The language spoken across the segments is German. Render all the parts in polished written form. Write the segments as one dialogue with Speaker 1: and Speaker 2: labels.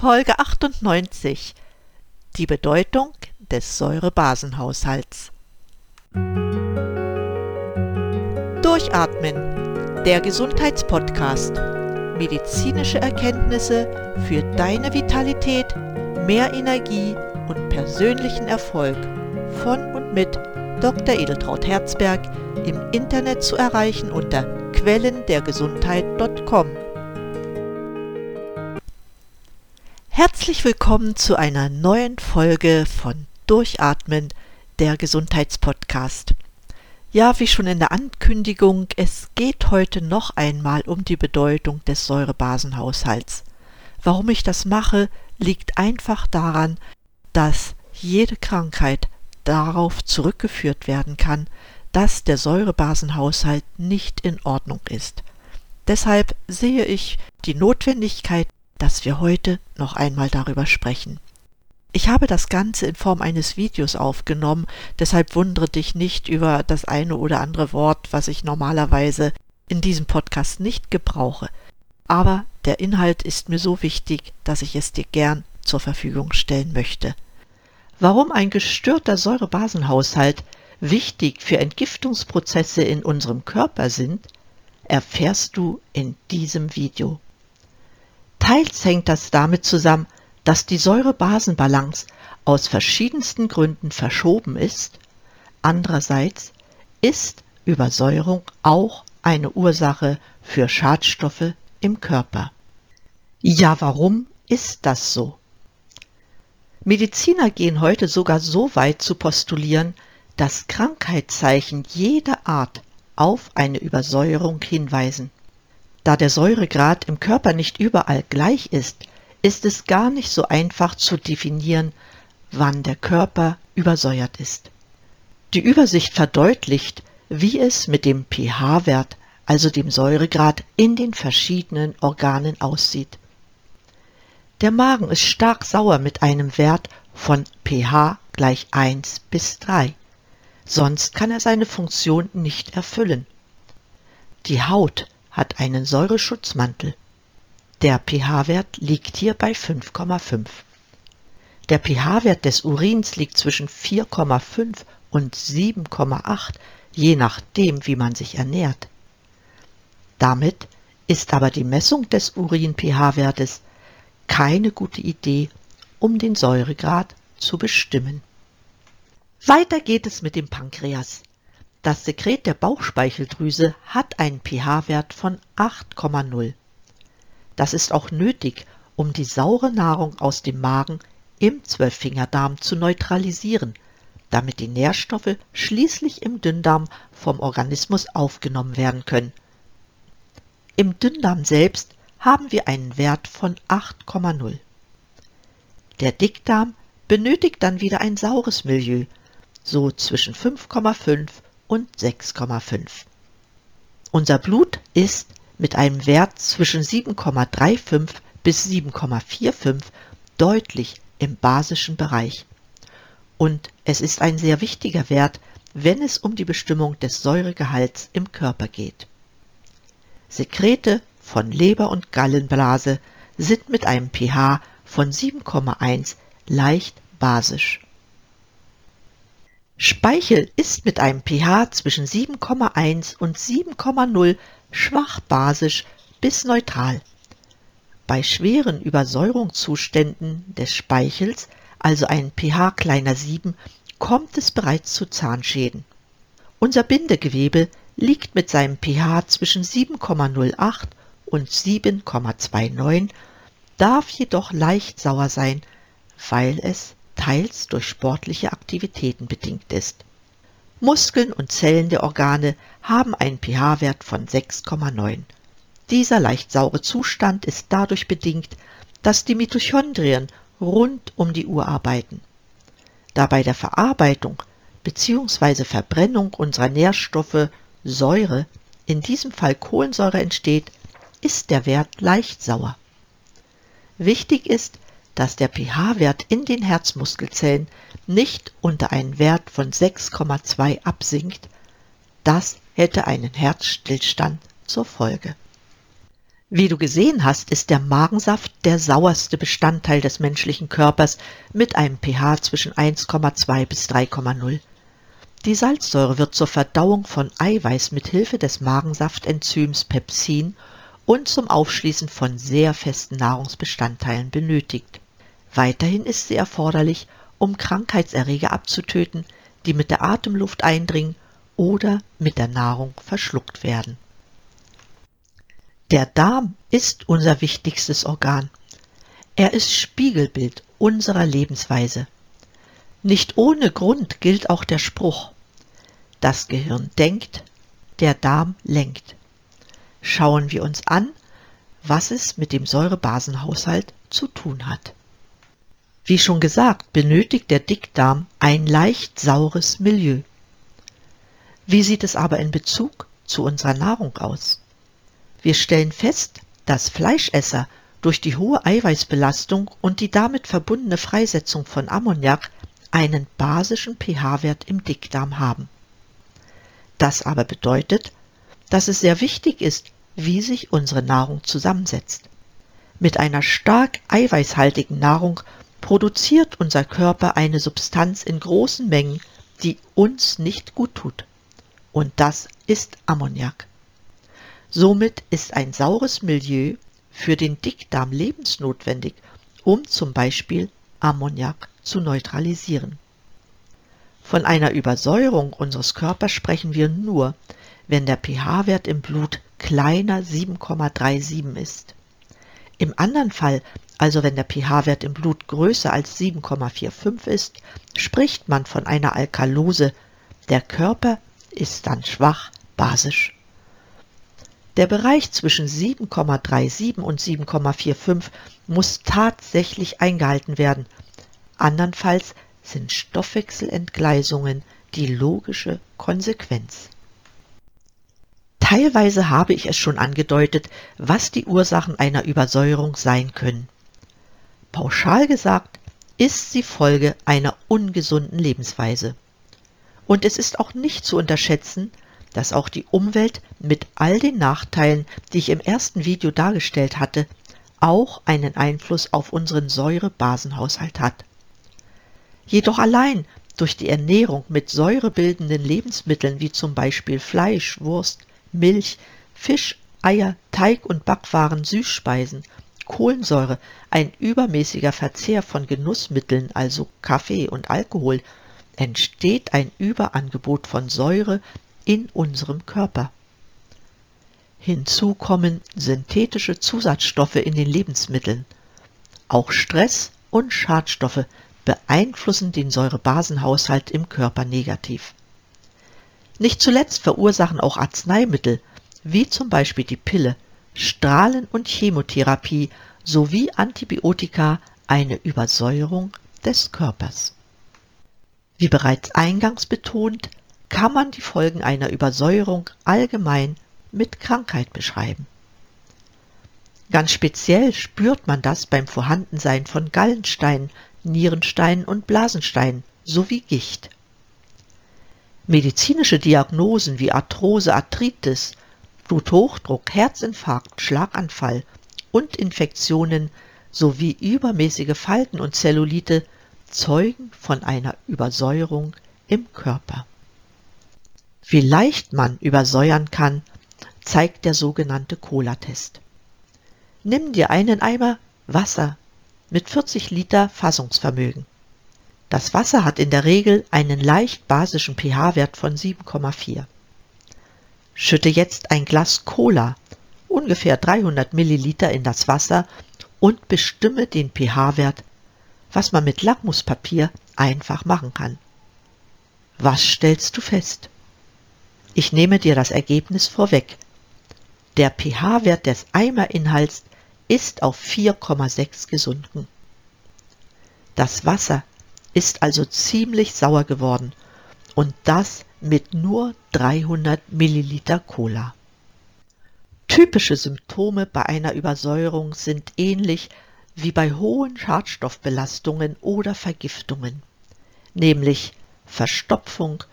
Speaker 1: Folge 98: Die Bedeutung des Säurebasenhaushalts. Durchatmen, der Gesundheitspodcast. Medizinische Erkenntnisse für deine Vitalität, mehr Energie und persönlichen Erfolg. Von und mit Dr. Edeltraud Herzberg, im Internet zu erreichen unter quellendergesundheit.com. Herzlich willkommen zu einer neuen Folge von Durchatmen, der Gesundheitspodcast. Ja, wie schon in der Ankündigung, es geht heute noch einmal um die Bedeutung des Säurebasenhaushalts. Warum ich das mache, liegt einfach daran, dass jede Krankheit darauf zurückgeführt werden kann, dass der Säurebasenhaushalt nicht in Ordnung ist. Deshalb sehe ich die Notwendigkeit, dass wir heute noch einmal darüber sprechen. Ich habe das Ganze in Form eines Videos aufgenommen, deshalb wundere dich nicht über das eine oder andere Wort, was ich normalerweise in diesem Podcast nicht gebrauche. Aber der Inhalt ist mir so wichtig, dass ich es dir gern zur Verfügung stellen möchte. Warum ein gestörter Säurebasenhaushalt wichtig für Entgiftungsprozesse in unserem Körper sind, erfährst du in diesem Video. Teils hängt das damit zusammen, dass die Säurebasenbalance aus verschiedensten Gründen verschoben ist. Andererseits ist Übersäuerung auch eine Ursache für Schadstoffe im Körper. Ja, warum ist das so? Mediziner gehen heute sogar so weit zu postulieren, dass Krankheitszeichen jeder Art auf eine Übersäuerung hinweisen. Da der Säuregrad im Körper nicht überall gleich ist es gar nicht so einfach zu definieren, wann der Körper übersäuert ist. Die Übersicht verdeutlicht, wie es mit dem pH-Wert, also dem Säuregrad, in den verschiedenen Organen aussieht. Der Magen ist stark sauer mit einem Wert von pH gleich 1 bis 3. Sonst kann er seine Funktion nicht erfüllen. Die Haut hat einen Säureschutzmantel. Der pH-Wert liegt hier bei 5,5. Der pH-Wert des Urins liegt zwischen 4,5 und 7,8, je nachdem, wie man sich ernährt. Damit ist aber die Messung des Urin-pH-Wertes keine gute Idee, um den Säuregrad zu bestimmen. Weiter geht es mit dem Pankreas. Das Sekret der Bauchspeicheldrüse hat einen pH-Wert von 8,0. Das ist auch nötig, um die saure Nahrung aus dem Magen im Zwölffingerdarm zu neutralisieren, damit die Nährstoffe schließlich im Dünndarm vom Organismus aufgenommen werden können. Im Dünndarm selbst haben wir einen Wert von 8,0. Der Dickdarm benötigt dann wieder ein saures Milieu, so zwischen 5,5 und 6,5. Unser Blut ist mit einem Wert zwischen 7,35 bis 7,45 deutlich im basischen Bereich. Und es ist ein sehr wichtiger Wert, wenn es um die Bestimmung des Säuregehalts im Körper geht. Sekrete von Leber und Gallenblase sind mit einem pH von 7,1 leicht basisch. Speichel ist mit einem pH zwischen 7,1 und 7,0 schwach basisch bis neutral. Bei schweren Übersäuerungszuständen des Speichels, also ein pH kleiner 7, kommt es bereits zu Zahnschäden. Unser Bindegewebe liegt mit seinem pH zwischen 7,08 und 7,29, darf jedoch leicht sauer sein, weil es teils durch sportliche Aktivitäten bedingt ist. Muskeln und Zellen der Organe haben einen pH-Wert von 6,9. Dieser leicht saure Zustand ist dadurch bedingt, dass die Mitochondrien rund um die Uhr arbeiten. Da bei der Verarbeitung bzw. Verbrennung unserer Nährstoffe Säure, in diesem Fall Kohlensäure, entsteht, ist der Wert leicht sauer. Wichtig ist, dass der pH-Wert in den Herzmuskelzellen nicht unter einen Wert von 6,2 absinkt. Das hätte einen Herzstillstand zur Folge. Wie du gesehen hast, ist der Magensaft der sauerste Bestandteil des menschlichen Körpers mit einem pH zwischen 1,2 bis 3,0. Die Salzsäure wird zur Verdauung von Eiweiß mit Hilfe des Magensaftenzyms Pepsin und zum Aufschließen von sehr festen Nahrungsbestandteilen benötigt. Weiterhin ist sie erforderlich, um Krankheitserreger abzutöten, die mit der Atemluft eindringen oder mit der Nahrung verschluckt werden. Der Darm ist unser wichtigstes Organ. Er ist Spiegelbild unserer Lebensweise. Nicht ohne Grund gilt auch der Spruch: Das Gehirn denkt, der Darm lenkt. Schauen wir uns an, was es mit dem Säurebasenhaushalt zu tun hat. Wie schon gesagt, benötigt der Dickdarm ein leicht saures Milieu. Wie sieht es aber in Bezug zu unserer Nahrung aus? Wir stellen fest, dass Fleischesser durch die hohe Eiweißbelastung und die damit verbundene Freisetzung von Ammoniak einen basischen pH-Wert im Dickdarm haben. Das aber bedeutet, dass es sehr wichtig ist, wie sich unsere Nahrung zusammensetzt. Mit einer stark eiweißhaltigen Nahrung produziert unser Körper eine Substanz in großen Mengen, die uns nicht gut tut. Und das ist Ammoniak. Somit ist ein saures Milieu für den Dickdarm lebensnotwendig, um zum Beispiel Ammoniak zu neutralisieren. Von einer Übersäuerung unseres Körpers sprechen wir nur, wenn der pH-Wert im Blut kleiner 7,37 ist. Im anderen Fall, also wenn der pH-Wert im Blut größer als 7,45 ist, spricht man von einer Alkalose. Der Körper ist dann schwach basisch. Der Bereich zwischen 7,37 und 7,45 muss tatsächlich eingehalten werden. Andernfalls sind Stoffwechselentgleisungen die logische Konsequenz. Teilweise habe ich es schon angedeutet, was die Ursachen einer Übersäuerung sein können. Pauschal gesagt ist sie Folge einer ungesunden Lebensweise. Und es ist auch nicht zu unterschätzen, dass auch die Umwelt mit all den Nachteilen, die ich im ersten Video dargestellt hatte, auch einen Einfluss auf unseren Säurebasenhaushalt hat. Jedoch allein durch die Ernährung mit säurebildenden Lebensmitteln wie zum Beispiel Fleisch, Wurst, Milch, Fisch, Eier, Teig- und Backwaren, Süßspeisen, Kohlensäure, ein übermäßiger Verzehr von Genussmitteln, also Kaffee und Alkohol, entsteht ein Überangebot von Säure in unserem Körper. Hinzu kommen synthetische Zusatzstoffe in den Lebensmitteln. Auch Stress und Schadstoffe beeinflussen den Säurebasenhaushalt im Körper negativ. Nicht zuletzt verursachen auch Arzneimittel, wie zum Beispiel die Pille, Strahlen- und Chemotherapie sowie Antibiotika eine Übersäuerung des Körpers. Wie bereits eingangs betont, kann man die Folgen einer Übersäuerung allgemein mit Krankheit beschreiben. Ganz speziell spürt man das beim Vorhandensein von Gallensteinen, Nierensteinen und Blasensteinen sowie Gicht. Medizinische Diagnosen wie Arthrose, Arthritis, Bluthochdruck, Herzinfarkt, Schlaganfall und Infektionen sowie übermäßige Falten und Zellulite zeugen von einer Übersäuerung im Körper. Wie leicht man übersäuern kann, zeigt der sogenannte Cola-Test. Nimm dir einen Eimer Wasser mit 40 Liter Fassungsvermögen. Das Wasser hat in der Regel einen leicht basischen pH-Wert von 7,4. Schütte jetzt ein Glas Cola, ungefähr 300 Milliliter, in das Wasser und bestimme den pH-Wert, was man mit Lackmuspapier einfach machen kann. Was stellst du fest? Ich nehme dir das Ergebnis vorweg. Der pH-Wert des Eimerinhalts ist auf 4,6 gesunken. Das Wasser ist also ziemlich sauer geworden und das mit nur 300 Milliliter Cola. Typische Symptome bei einer Übersäuerung sind ähnlich wie bei hohen Schadstoffbelastungen oder Vergiftungen, nämlich Verstopfung,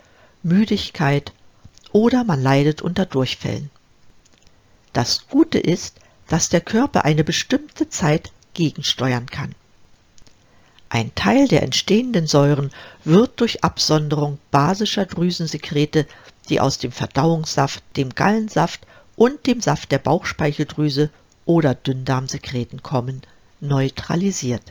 Speaker 1: Müdigkeit oder man leidet unter Durchfällen. Das Gute ist, dass der Körper eine bestimmte Zeit gegensteuern kann. Ein Teil der entstehenden Säuren wird durch Absonderung basischer Drüsensekrete, die aus dem Verdauungssaft, dem Gallensaft und dem Saft der Bauchspeicheldrüse oder Dünndarmsekreten kommen, neutralisiert.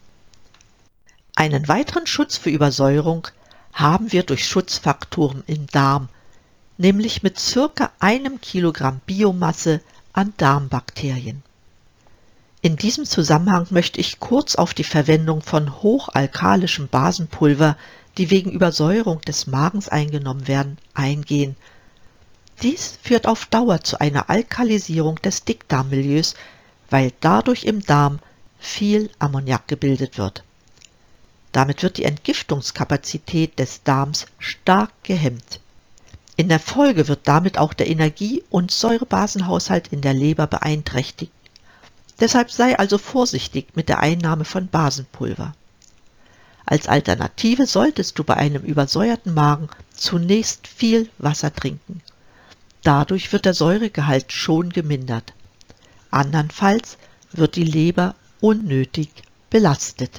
Speaker 1: Einen weiteren Schutz für Übersäuerung haben wir durch Schutzfaktoren im Darm, nämlich mit ca. 1 Kilogramm Biomasse an Darmbakterien. In diesem Zusammenhang möchte ich kurz auf die Verwendung von hochalkalischem Basenpulver, die wegen Übersäuerung des Magens eingenommen werden, eingehen. Dies führt auf Dauer zu einer Alkalisierung des Dickdarmmilieus, weil dadurch im Darm viel Ammoniak gebildet wird. Damit wird die Entgiftungskapazität des Darms stark gehemmt. In der Folge wird damit auch der Energie- und Säurebasenhaushalt in der Leber beeinträchtigt. Deshalb sei also vorsichtig mit der Einnahme von Basenpulver. Als Alternative solltest du bei einem übersäuerten Magen zunächst viel Wasser trinken. Dadurch wird der Säuregehalt schon gemindert. Andernfalls wird die Leber unnötig belastet.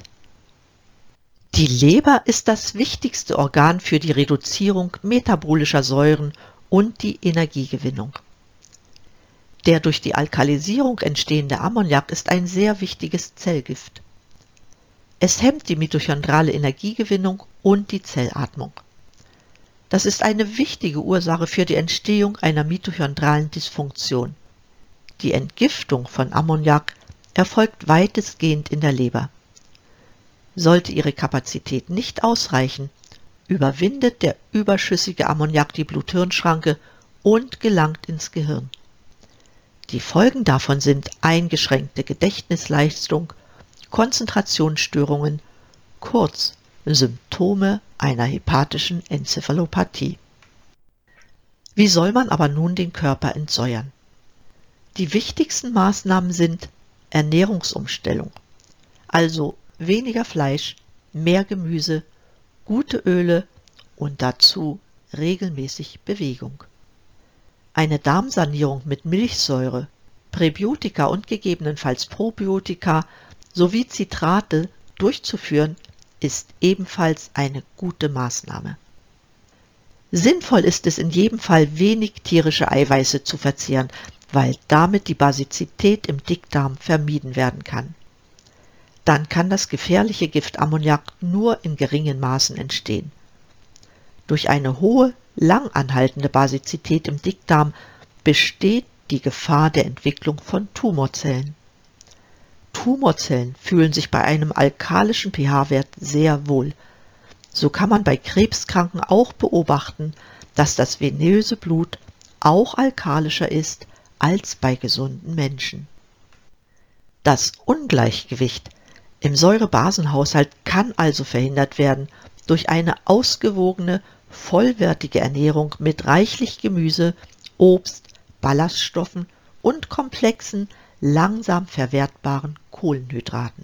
Speaker 1: Die Leber ist das wichtigste Organ für die Reduzierung metabolischer Säuren und die Energiegewinnung. Der durch die Alkalisierung entstehende Ammoniak ist ein sehr wichtiges Zellgift. Es hemmt die mitochondrale Energiegewinnung und die Zellatmung. Das ist eine wichtige Ursache für die Entstehung einer mitochondralen Dysfunktion. Die Entgiftung von Ammoniak erfolgt weitestgehend in der Leber. Sollte ihre Kapazität nicht ausreichen, überwindet der überschüssige Ammoniak die Blut-Hirn-Schranke und gelangt ins Gehirn. Die Folgen davon sind eingeschränkte Gedächtnisleistung, Konzentrationsstörungen, kurz Symptome einer hepatischen Enzephalopathie. Wie soll man aber nun den Körper entsäuern? Die wichtigsten Maßnahmen sind Ernährungsumstellung, also weniger Fleisch, mehr Gemüse, gute Öle und dazu regelmäßig Bewegung. Eine Darmsanierung mit Milchsäure, Präbiotika und gegebenenfalls Probiotika sowie Zitrate durchzuführen, ist ebenfalls eine gute Maßnahme. Sinnvoll ist es in jedem Fall, wenig tierische Eiweiße zu verzehren, weil damit die Basizität im Dickdarm vermieden werden kann. Dann kann das gefährliche Gift Ammoniak nur in geringen Maßen entstehen. Durch eine hohe, lang anhaltende Basizität im Dickdarm besteht die Gefahr der Entwicklung von Tumorzellen. Tumorzellen fühlen sich bei einem alkalischen pH-Wert sehr wohl. So kann man bei Krebskranken auch beobachten, dass das venöse Blut auch alkalischer ist als bei gesunden Menschen. Das Ungleichgewicht im Säurebasenhaushalt kann also verhindert werden durch eine ausgewogene, vollwertige Ernährung mit reichlich Gemüse, Obst, Ballaststoffen und komplexen, langsam verwertbaren Kohlenhydraten.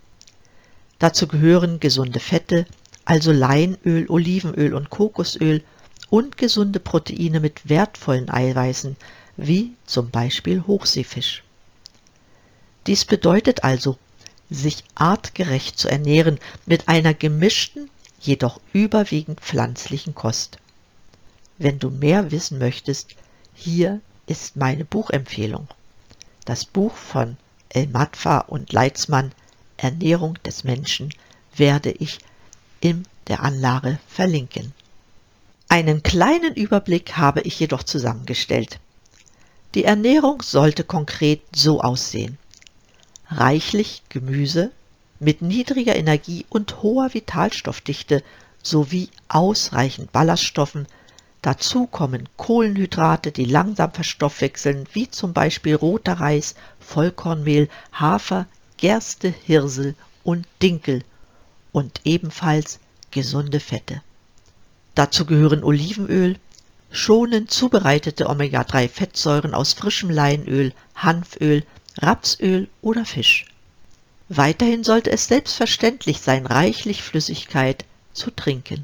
Speaker 1: Dazu gehören gesunde Fette, also Leinöl, Olivenöl und Kokosöl, und gesunde Proteine mit wertvollen Eiweißen, wie zum Beispiel Hochseefisch. Dies bedeutet also, sich artgerecht zu ernähren mit einer gemischten, jedoch überwiegend pflanzlichen Kost. Wenn du mehr wissen möchtest, hier ist meine Buchempfehlung. Das Buch von El-Matfa und Leitzmann, Ernährung des Menschen, werde ich in der Anlage verlinken. Einen kleinen Überblick habe ich jedoch zusammengestellt. Die Ernährung sollte konkret so aussehen: reichlich Gemüse mit niedriger Energie und hoher Vitalstoffdichte sowie ausreichend Ballaststoffen. Dazu kommen Kohlenhydrate, die langsam verstoffwechseln, wie zum Beispiel roter Reis, Vollkornmehl, Hafer, Gerste, Hirsel und Dinkel, und ebenfalls gesunde Fette. Dazu gehören Olivenöl, schonend zubereitete Omega-3-Fettsäuren aus frischem Leinöl, Hanföl, Rapsöl oder Fisch. Weiterhin sollte es selbstverständlich sein, reichlich Flüssigkeit zu trinken.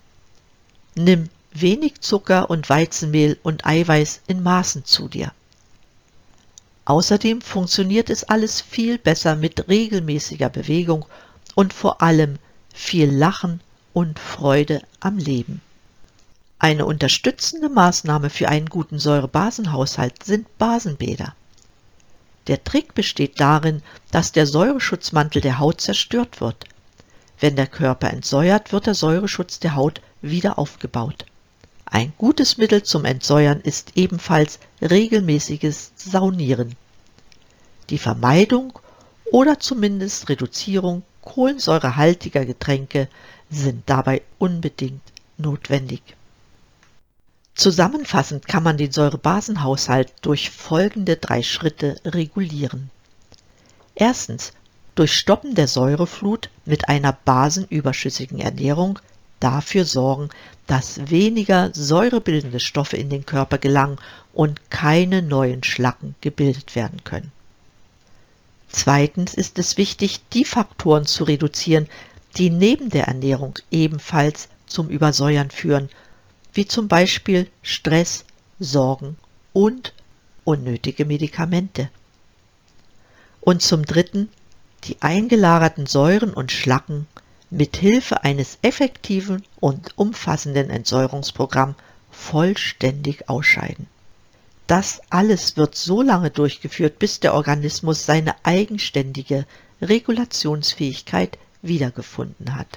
Speaker 1: Nimm wenig Zucker und Weizenmehl und Eiweiß in Maßen zu dir. Außerdem funktioniert es alles viel besser mit regelmäßiger Bewegung und vor allem viel Lachen und Freude am Leben. Eine unterstützende Maßnahme für einen guten Säurebasenhaushalt sind Basenbäder. Der Trick besteht darin, dass der Säureschutzmantel der Haut zerstört wird. Wenn der Körper entsäuert, wird der Säureschutz der Haut wieder aufgebaut. Ein gutes Mittel zum Entsäuern ist ebenfalls regelmäßiges Saunieren. Die Vermeidung oder zumindest Reduzierung kohlensäurehaltiger Getränke sind dabei unbedingt notwendig. Zusammenfassend kann man den Säurebasenhaushalt durch folgende 3 Schritte regulieren. Erstens, durch Stoppen der Säureflut mit einer basenüberschüssigen Ernährung dafür sorgen, dass weniger säurebildende Stoffe in den Körper gelangen und keine neuen Schlacken gebildet werden können. Zweitens ist es wichtig, die Faktoren zu reduzieren, die neben der Ernährung ebenfalls zum Übersäuern führen, wie zum Beispiel Stress, Sorgen und unnötige Medikamente. Und zum Dritten, die eingelagerten Säuren und Schlacken mit Hilfe eines effektiven und umfassenden Entsäuerungsprogramms vollständig ausscheiden. Das alles wird so lange durchgeführt, bis der Organismus seine eigenständige Regulationsfähigkeit wiedergefunden hat.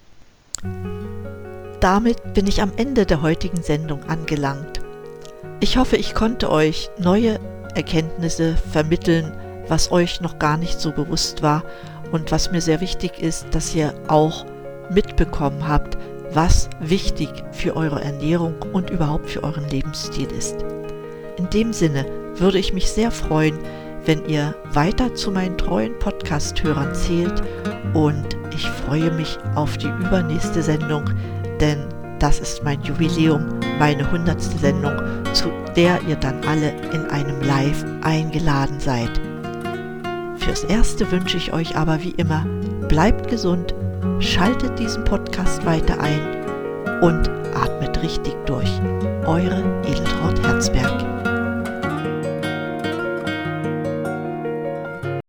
Speaker 1: Damit bin ich am Ende der heutigen Sendung angelangt. Ich hoffe, ich konnte euch neue Erkenntnisse vermitteln, was euch noch gar nicht so bewusst war und was mir sehr wichtig ist, dass ihr auch mitbekommen habt, was wichtig für eure Ernährung und überhaupt für euren Lebensstil ist. In dem Sinne würde ich mich sehr freuen, wenn ihr weiter zu meinen treuen Podcast-Hörern zählt, und ich freue mich auf die übernächste Sendung, denn das ist mein Jubiläum, meine 100. Sendung, zu der ihr dann alle in einem Live eingeladen seid. Fürs Erste wünsche ich euch aber wie immer, bleibt gesund, schaltet diesen Podcast weiter ein und atmet richtig durch. Eure Edeltraud Herzberg.